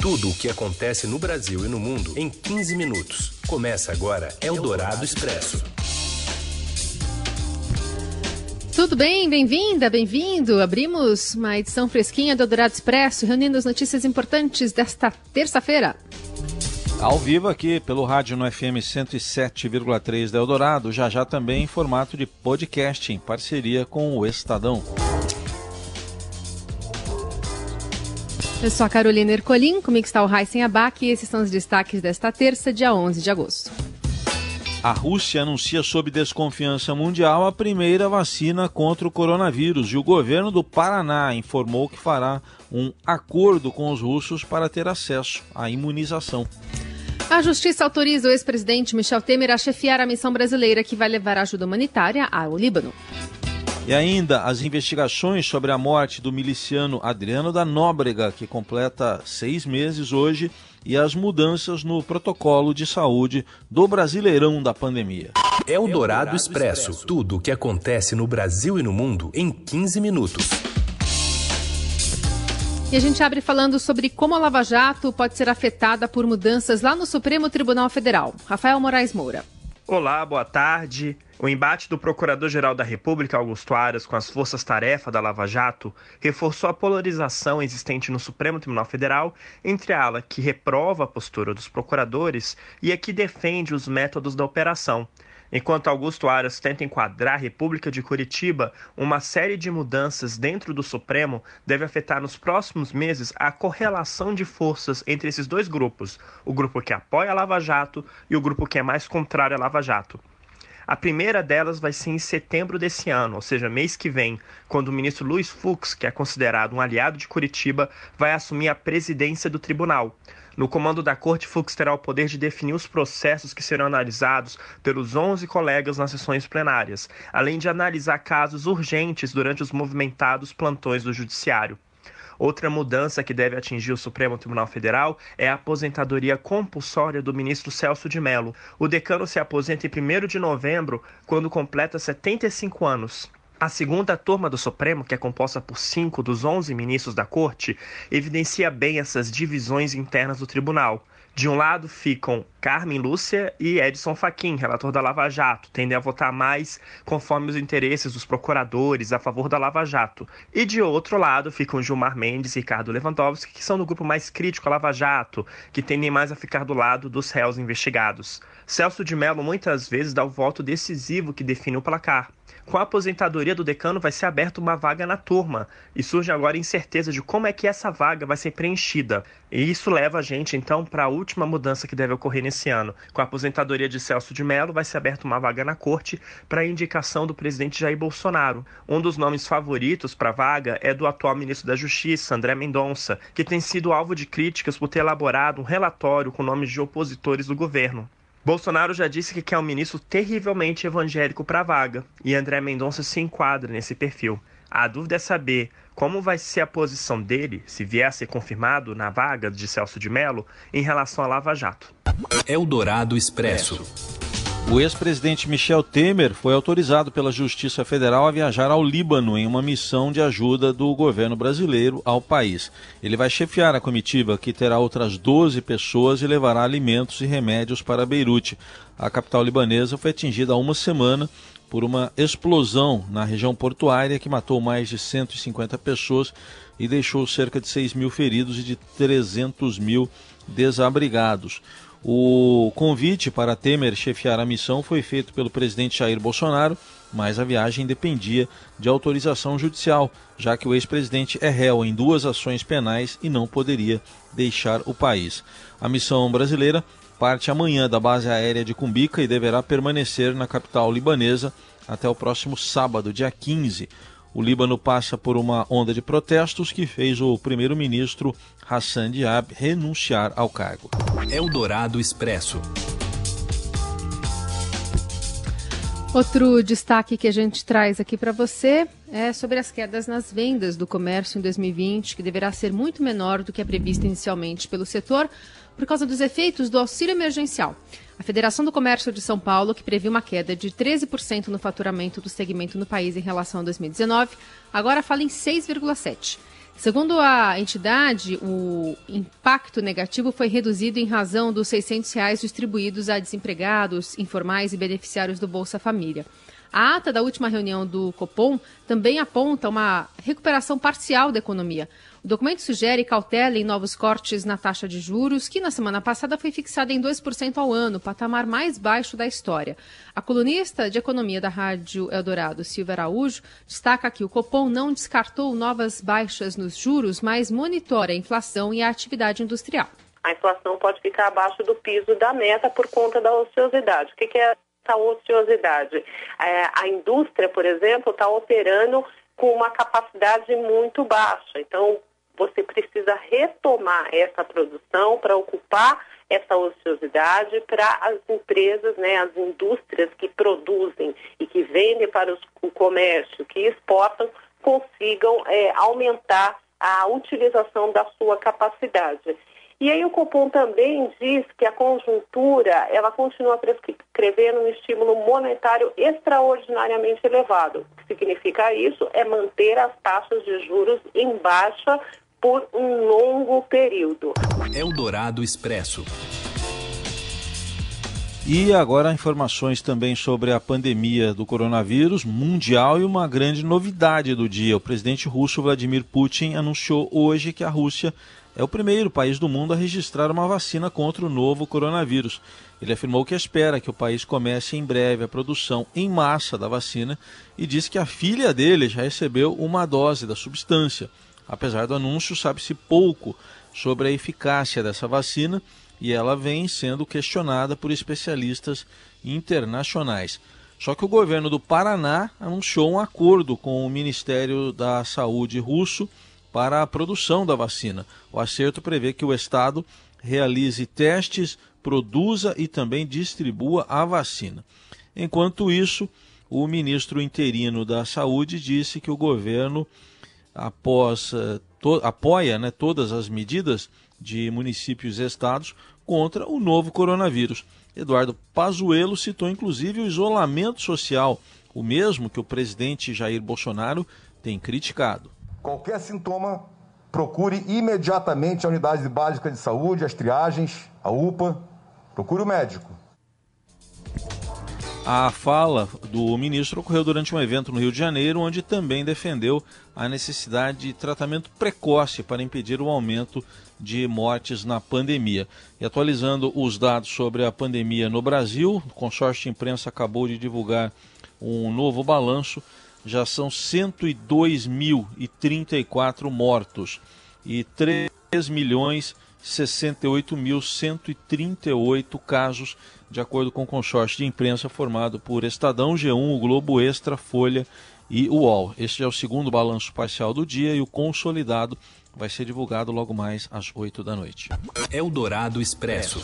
Tudo o que acontece no Brasil e no mundo em 15 minutos. Começa agora Eldorado Expresso. Tudo bem? Bem-vinda, bem-vindo. Abrimos uma edição fresquinha do Eldorado Expresso, reunindo as notícias importantes desta terça-feira. Ao vivo aqui pelo rádio no FM 107,3 da Eldorado, já também em formato de podcast, em parceria com o Estadão. Eu sou a Carolina Ercolim, comigo está o Raíssen Abac e esses são os destaques desta terça, dia 11 de agosto. A Rússia anuncia sob desconfiança mundial a primeira vacina contra o coronavírus e o governo do Paraná informou que fará um acordo com os russos para ter acesso à imunização. A Justiça autoriza o ex-presidente Michel Temer a chefiar a missão brasileira que vai levar ajuda humanitária ao Líbano. E ainda as investigações sobre a morte do miliciano Adriano da Nóbrega, que completa 6 meses hoje, e as mudanças no protocolo de saúde do Brasileirão da pandemia. Eldorado Expresso. Tudo o que acontece no Brasil e no mundo em 15 minutos. E a gente abre falando sobre como a Lava Jato pode ser afetada por mudanças lá no Supremo Tribunal Federal. Rafael Moraes Moura. Olá, boa tarde. O embate do Procurador-Geral da República, Augusto Aras, com as forças-tarefa da Lava Jato, reforçou a polarização existente no Supremo Tribunal Federal entre a ala que reprova a postura dos procuradores e a que defende os métodos da operação. Enquanto Augusto Aras tenta enquadrar a República de Curitiba, uma série de mudanças dentro do Supremo deve afetar nos próximos meses a correlação de forças entre esses dois grupos, o grupo que apoia a Lava Jato e o grupo que é mais contrário à Lava Jato. A primeira delas vai ser em setembro desse ano, ou seja, mês que vem, quando o ministro Luiz Fux, que é considerado um aliado de Curitiba, vai assumir a presidência do tribunal. No comando da Corte, Fux terá o poder de definir os processos que serão analisados pelos 11 colegas nas sessões plenárias, além de analisar casos urgentes durante os movimentados plantões do Judiciário. Outra mudança que deve atingir o Supremo Tribunal Federal é a aposentadoria compulsória do ministro Celso de Mello. O decano se aposenta em 1º de novembro, quando completa 75 anos. A segunda turma do Supremo, que é composta por 5 dos 11 ministros da Corte, evidencia bem essas divisões internas do tribunal. De um lado ficam Carmen Lúcia e Edson Fachin, relator da Lava Jato, tendem a votar mais conforme os interesses dos procuradores a favor da Lava Jato. E de outro lado ficam Gilmar Mendes e Ricardo Lewandowski, que são do grupo mais crítico à Lava Jato, que tendem mais a ficar do lado dos réus investigados. Celso de Mello muitas vezes dá o voto decisivo que define o placar. Com a aposentadoria do decano vai ser aberta uma vaga na turma e surge agora a incerteza de como é que essa vaga vai ser preenchida. E isso leva a gente então para a última mudança que deve ocorrer nesse ano. Com a aposentadoria de Celso de Mello vai ser aberta uma vaga na corte para a indicação do presidente Jair Bolsonaro. Um dos nomes favoritos para a vaga é do atual ministro da Justiça, André Mendonça, que tem sido alvo de críticas por ter elaborado um relatório com nomes de opositores do governo. Bolsonaro já disse que quer um ministro terrivelmente evangélico para a vaga, e André Mendonça se enquadra nesse perfil. A dúvida é saber como vai ser a posição dele, se vier a ser confirmado na vaga de Celso de Mello, em relação à Lava Jato. Eldorado Expresso. O ex-presidente Michel Temer foi autorizado pela Justiça Federal a viajar ao Líbano em uma missão de ajuda do governo brasileiro ao país. Ele vai chefiar a comitiva, que terá outras 12 pessoas e levará alimentos e remédios para Beirute. A capital libanesa foi atingida há uma semana por uma explosão na região portuária que matou mais de 150 pessoas e deixou cerca de 6 mil feridos e de 300 mil desabrigados. O convite para Temer chefiar a missão foi feito pelo presidente Jair Bolsonaro, mas a viagem dependia de autorização judicial, já que o ex-presidente é réu em 2 ações penais e não poderia deixar o país. A missão brasileira parte amanhã da base aérea de Cumbica e deverá permanecer na capital libanesa até o próximo sábado, dia 15. O Líbano passa por uma onda de protestos que fez o primeiro-ministro Hassan Diab renunciar ao cargo. Eldorado Expresso. Outro destaque que a gente traz aqui para você é sobre as quedas nas vendas do comércio em 2020, que deverá ser muito menor do que é previsto inicialmente pelo setor, por causa dos efeitos do auxílio emergencial. A Federação do Comércio de São Paulo, que previu uma queda de 13% no faturamento do segmento no país em relação a 2019, agora fala em 6,7%. Segundo a entidade, o impacto negativo foi reduzido em razão dos R$ 600 distribuídos a desempregados, informais e beneficiários do Bolsa Família. A ata da última reunião do Copom também aponta uma recuperação parcial da economia. O documento sugere cautela em novos cortes na taxa de juros, que na semana passada foi fixada em 2% ao ano, patamar mais baixo da história. A colunista de economia da Rádio Eldorado, Silvia Araújo, destaca que o Copom não descartou novas baixas nos juros, mas monitora a inflação e a atividade industrial. A inflação pode ficar abaixo do piso da meta por conta da ociosidade. O que é essa ociosidade? A indústria, por exemplo, está operando com uma capacidade muito baixa. Então, você precisa retomar essa produção para ocupar essa ociosidade para as empresas, as indústrias que produzem e que vendem para o comércio, que exportam, consigam aumentar a utilização da sua capacidade. E aí o Copom também diz que a conjuntura, ela continua prescrevendo um estímulo monetário extraordinariamente elevado. O que significa isso? É manter as taxas de juros em baixa por um longo período. Eldorado Expresso. E agora informações também sobre a pandemia do coronavírus mundial e uma grande novidade do dia. O presidente russo Vladimir Putin anunciou hoje que a Rússia é o primeiro país do mundo a registrar uma vacina contra o novo coronavírus. Ele afirmou que espera que o país comece em breve a produção em massa da vacina e disse que a filha dele já recebeu uma dose da substância. Apesar do anúncio, sabe-se pouco sobre a eficácia dessa vacina e ela vem sendo questionada por especialistas internacionais. Só que o governo do Paraná anunciou um acordo com o Ministério da Saúde russo para a produção da vacina. O acerto prevê que o Estado realize testes, produza e também distribua a vacina. Enquanto isso, o ministro interino da Saúde disse que o governo apoia todas as medidas de municípios e estados contra o novo coronavírus. Eduardo Pazuello citou inclusive o isolamento social, o mesmo que o presidente Jair Bolsonaro tem criticado. Qualquer sintoma, procure imediatamente a unidade básica de saúde, as triagens, a UPA, procure o médico. A fala do ministro ocorreu durante um evento no Rio de Janeiro, onde também defendeu a necessidade de tratamento precoce para impedir o aumento de mortes na pandemia. E atualizando os dados sobre a pandemia no Brasil, o consórcio de imprensa acabou de divulgar um novo balanço. Já são 102.034 mortos e 3.068.138 casos, de acordo com o consórcio de imprensa formado por Estadão, G1, o Globo Extra, Folha e o UOL. Este é o segundo balanço parcial do dia e o consolidado vai ser divulgado logo mais às 8 da noite. Eldorado Expresso.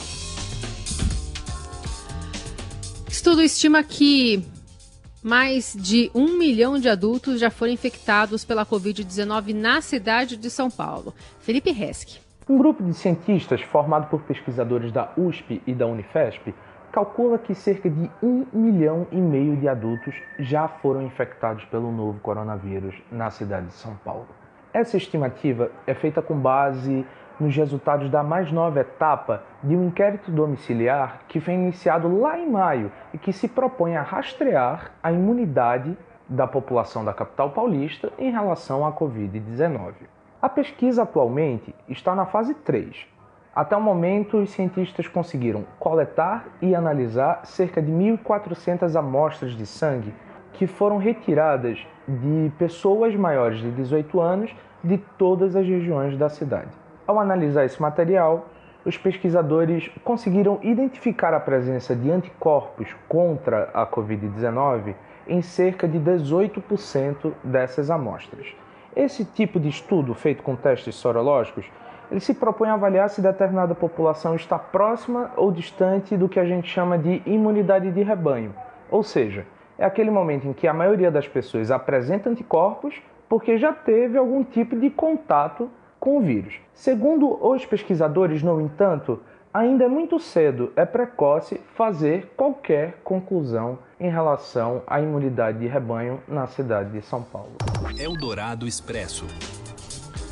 Estudo estima que mais de 1 milhão de adultos já foram infectados pela Covid-19 na cidade de São Paulo. Felipe Resch. Um grupo de cientistas formado por pesquisadores da USP e da Unifesp calcula que cerca de 1,5 milhão de adultos já foram infectados pelo novo coronavírus na cidade de São Paulo. Essa estimativa é feita com base nos resultados da mais nova etapa de um inquérito domiciliar que foi iniciado lá em maio e que se propõe a rastrear a imunidade da população da capital paulista em relação à Covid-19. A pesquisa atualmente está na fase 3. Até o momento, os cientistas conseguiram coletar e analisar cerca de 1.400 amostras de sangue que foram retiradas de pessoas maiores de 18 anos de todas as regiões da cidade. Ao analisar esse material, os pesquisadores conseguiram identificar a presença de anticorpos contra a Covid-19 em cerca de 18% dessas amostras. Esse tipo de estudo, feito com testes sorológicos, ele se propõe a avaliar se determinada população está próxima ou distante do que a gente chama de imunidade de rebanho. Ou seja, é aquele momento em que a maioria das pessoas apresenta anticorpos porque já teve algum tipo de contato com o vírus. Segundo os pesquisadores, no entanto, ainda é muito cedo, é precoce fazer qualquer conclusão em relação à imunidade de rebanho na cidade de São Paulo. Eldorado Expresso.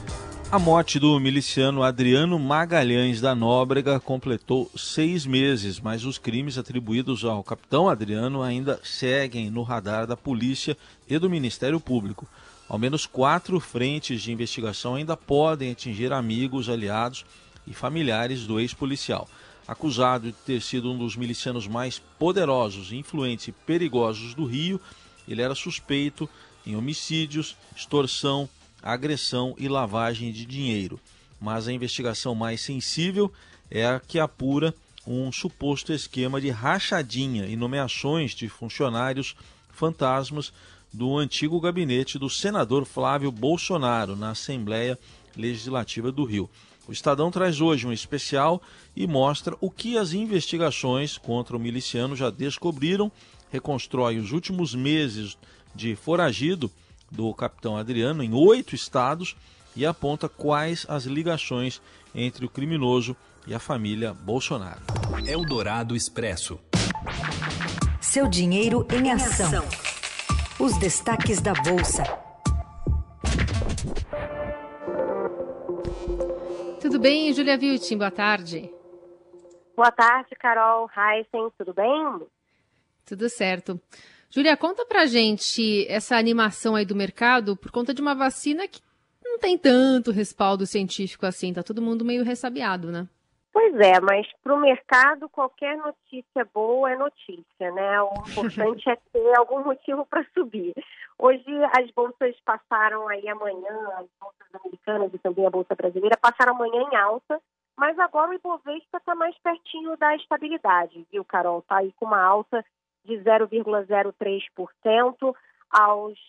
A morte do miliciano Adriano Magalhães da Nóbrega completou 6 meses, mas os crimes atribuídos ao capitão Adriano ainda seguem no radar da polícia e do Ministério Público. Ao menos 4 frentes de investigação ainda podem atingir amigos, aliados e familiares do ex-policial. Acusado de ter sido um dos milicianos mais poderosos, influentes e perigosos do Rio, ele era suspeito em homicídios, extorsão, agressão e lavagem de dinheiro. Mas a investigação mais sensível é a que apura um suposto esquema de rachadinha e nomeações de funcionários fantasmas do antigo gabinete do senador Flávio Bolsonaro na Assembleia Legislativa do Rio. O Estadão traz hoje um especial e mostra o que as investigações contra o miliciano já descobriram, reconstrói os últimos meses de foragido do capitão Adriano em 8 estados e aponta quais as ligações entre o criminoso e a família Bolsonaro. Eldorado Expresso. Seu dinheiro em ação. Os destaques da Bolsa. Tudo bem, Júlia Viltin? Boa tarde. Boa tarde, Carol, Heisen, tudo bem? Tudo certo. Júlia, conta pra gente essa animação aí do mercado por conta de uma vacina que não tem tanto respaldo científico assim, tá todo mundo meio ressabiado, né? Pois é, mas para o mercado qualquer notícia boa é notícia, né? O importante é ter algum motivo para subir. Hoje as bolsas passaram aí amanhã, as bolsas americanas e também a bolsa brasileira passaram amanhã em alta, mas agora o Ibovespa está mais pertinho da estabilidade, viu, Carol? Está aí com uma alta de 0,03% aos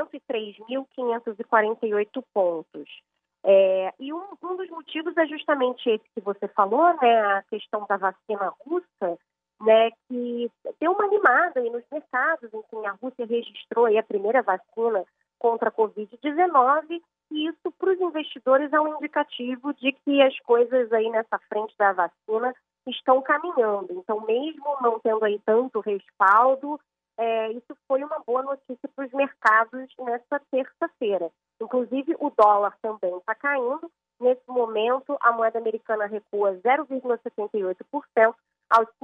103.548 pontos. E um dos motivos é justamente esse que você falou, né, a questão da vacina russa, né, que deu uma animada aí nos mercados. Enfim, a Rússia registrou aí a primeira vacina contra a Covid-19 e isso para os investidores é um indicativo de que as coisas aí nessa frente da vacina estão caminhando. Então, mesmo não tendo aí tanto respaldo, isso foi uma boa notícia para os mercados nessa terça-feira. Inclusive, o dólar também está caindo. Nesse momento, a moeda americana recua 0,78% aos R$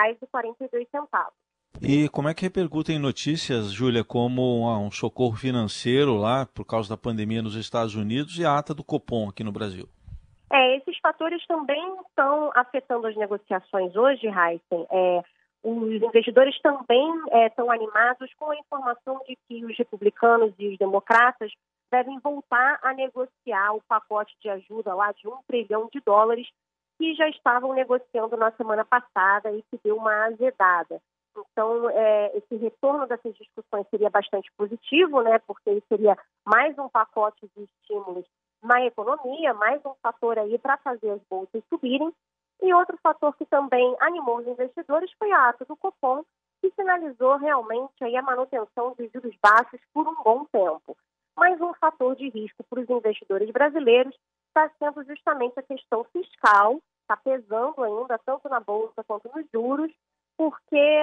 5,42. E como é que repercutem notícias, Júlia, como um socorro financeiro lá por causa da pandemia nos Estados Unidos e a ata do Copom aqui no Brasil? Esses fatores também estão afetando as negociações hoje, Heisen. Os investidores também estão animados com a informação de que os republicanos e os democratas devem voltar a negociar o pacote de ajuda lá de $1 trilhão que já estavam negociando na semana passada e que deu uma azedada. Então, esse retorno dessas discussões seria bastante positivo, né, porque ele seria mais um pacote de estímulos na economia, mais um fator aí para fazer as bolsas subirem. E outro fator que também animou os investidores foi a ata do Copom, que sinalizou realmente aí a manutenção dos juros baixos por um bom tempo. Mas um fator de risco para os investidores brasileiros está sendo justamente a questão fiscal, está pesando ainda tanto na bolsa quanto nos juros, porque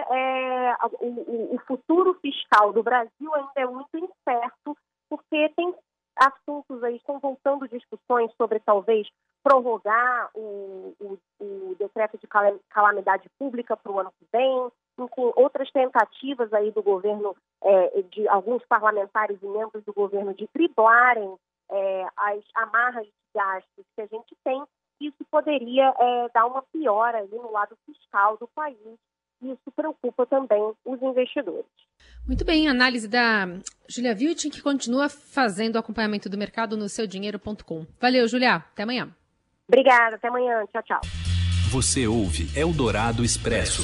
o futuro fiscal do Brasil ainda é muito incerto, porque tem assuntos aí, estão voltando discussões sobre talvez prorrogar o decreto de calamidade pública para o ano que vem, enfim, outras tentativas aí do governo, de alguns parlamentares e membros do governo de driblarem as amarras de gastos que a gente tem. Isso poderia dar uma piora ali no lado fiscal do país. Isso preocupa também os investidores. Muito bem, análise da Júlia Viltin, que continua fazendo o acompanhamento do mercado no seudinheiro.com. Valeu, Júlia. Até amanhã. Obrigada. Até amanhã. Tchau, tchau. Você ouve Eldorado Expresso.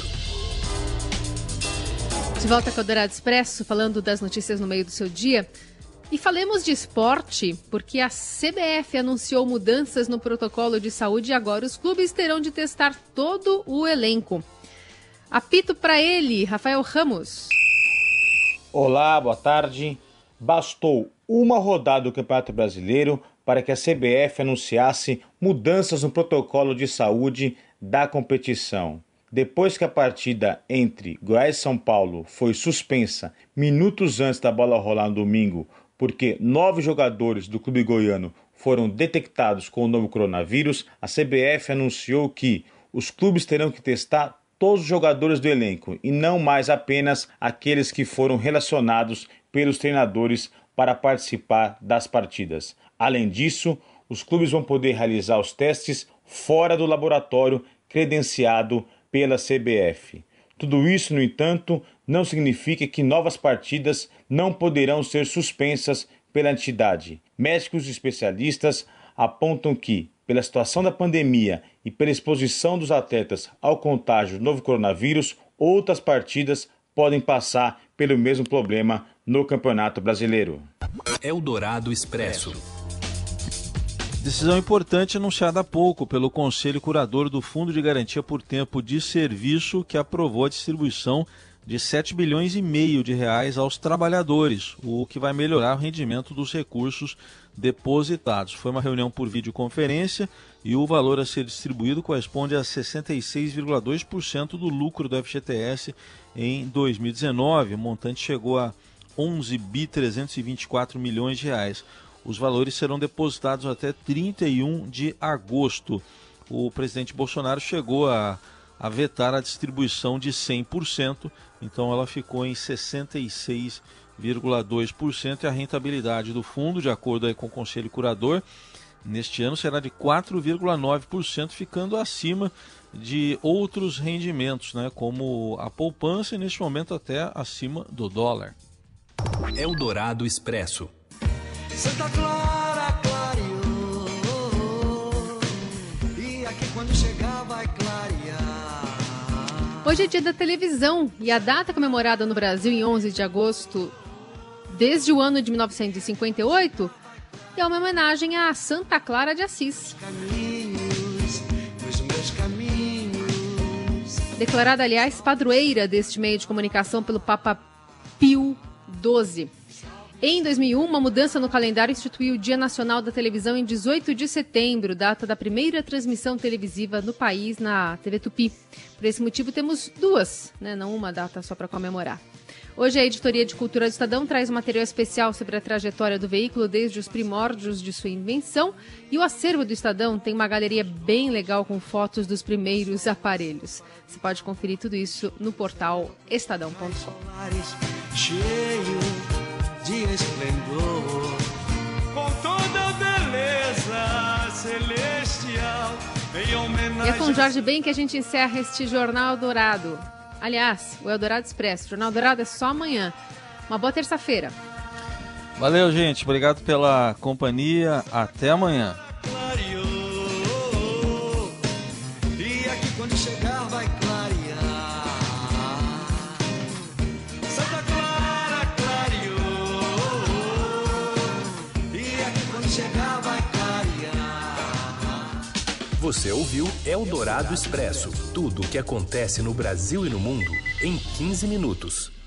De volta com o Eldorado Expresso, falando das notícias no meio do seu dia. E falemos de esporte, porque a CBF anunciou mudanças no protocolo de saúde e agora os clubes terão de testar todo o elenco. Apito para ele, Rafael Ramos. Olá, boa tarde. Bastou uma rodada do Campeonato Brasileiro para que a CBF anunciasse mudanças no protocolo de saúde da competição. Depois que a partida entre Goiás e São Paulo foi suspensa minutos antes da bola rolar no domingo, porque 9 jogadores do clube goiano foram detectados com o novo coronavírus, a CBF anunciou que os clubes terão que testar todos os jogadores do elenco e não mais apenas aqueles que foram relacionados pelos treinadores para participar das partidas. Além disso, os clubes vão poder realizar os testes fora do laboratório credenciado pela CBF. Tudo isso, no entanto, não significa que novas partidas não poderão ser suspensas pela entidade. Médicos e especialistas apontam que, pela situação da pandemia e pela exposição dos atletas ao contágio do novo coronavírus, outras partidas podem passar pelo mesmo problema no Campeonato Brasileiro. Eldorado Expresso. Decisão importante anunciada há pouco pelo Conselho Curador do Fundo de Garantia por Tempo de Serviço, que aprovou a distribuição de 7 bilhões e meio de reais aos trabalhadores, o que vai melhorar o rendimento dos recursos depositados. Foi uma reunião por videoconferência e o valor a ser distribuído corresponde a 66,2% do lucro do FGTS em 2019. O montante chegou a 11.324 milhões de reais. Os valores serão depositados até 31 de agosto. O presidente Bolsonaro chegou a vetar a distribuição de 100%, então ela ficou em 66,2%. E a rentabilidade do fundo, de acordo aí com o Conselho Curador, neste ano será de 4,9%, ficando acima de outros rendimentos, né, como a poupança e neste momento até acima do dólar. Eldorado Expresso. Santa Clara clareou, e aqui quando chegar vai clarear. Hoje é dia da televisão e a data comemorada no Brasil em 11 de agosto, desde o ano de 1958, é uma homenagem a Santa Clara de Assis. Declarada, aliás, padroeira deste meio de comunicação pelo Papa Pio XII. Em 2001, uma mudança no calendário instituiu o Dia Nacional da Televisão em 18 de setembro, data da primeira transmissão televisiva no país na TV Tupi. Por esse motivo, temos duas, não uma data só para comemorar. Hoje, a Editoria de Cultura do Estadão traz um material especial sobre a trajetória do veículo desde os primórdios de sua invenção. E o acervo do Estadão tem uma galeria bem legal com fotos dos primeiros aparelhos. Você pode conferir tudo isso no portal estadão.com. De esplendor, com toda beleza celestial, em homenagem... E é com Jorge Ben que a gente encerra este Jornal Dourado. Aliás, o Eldorado Expresso. O Jornal Dourado é só amanhã. Uma boa terça-feira. Valeu, gente. Obrigado pela companhia. Até amanhã. Clareou, e aqui quando chegar vai clarear. Santa Clara clareou, e aqui quando chegar vai clarear. Você ouviu Eldorado Expresso. Tudo o que acontece no Brasil e no mundo em 15 minutos.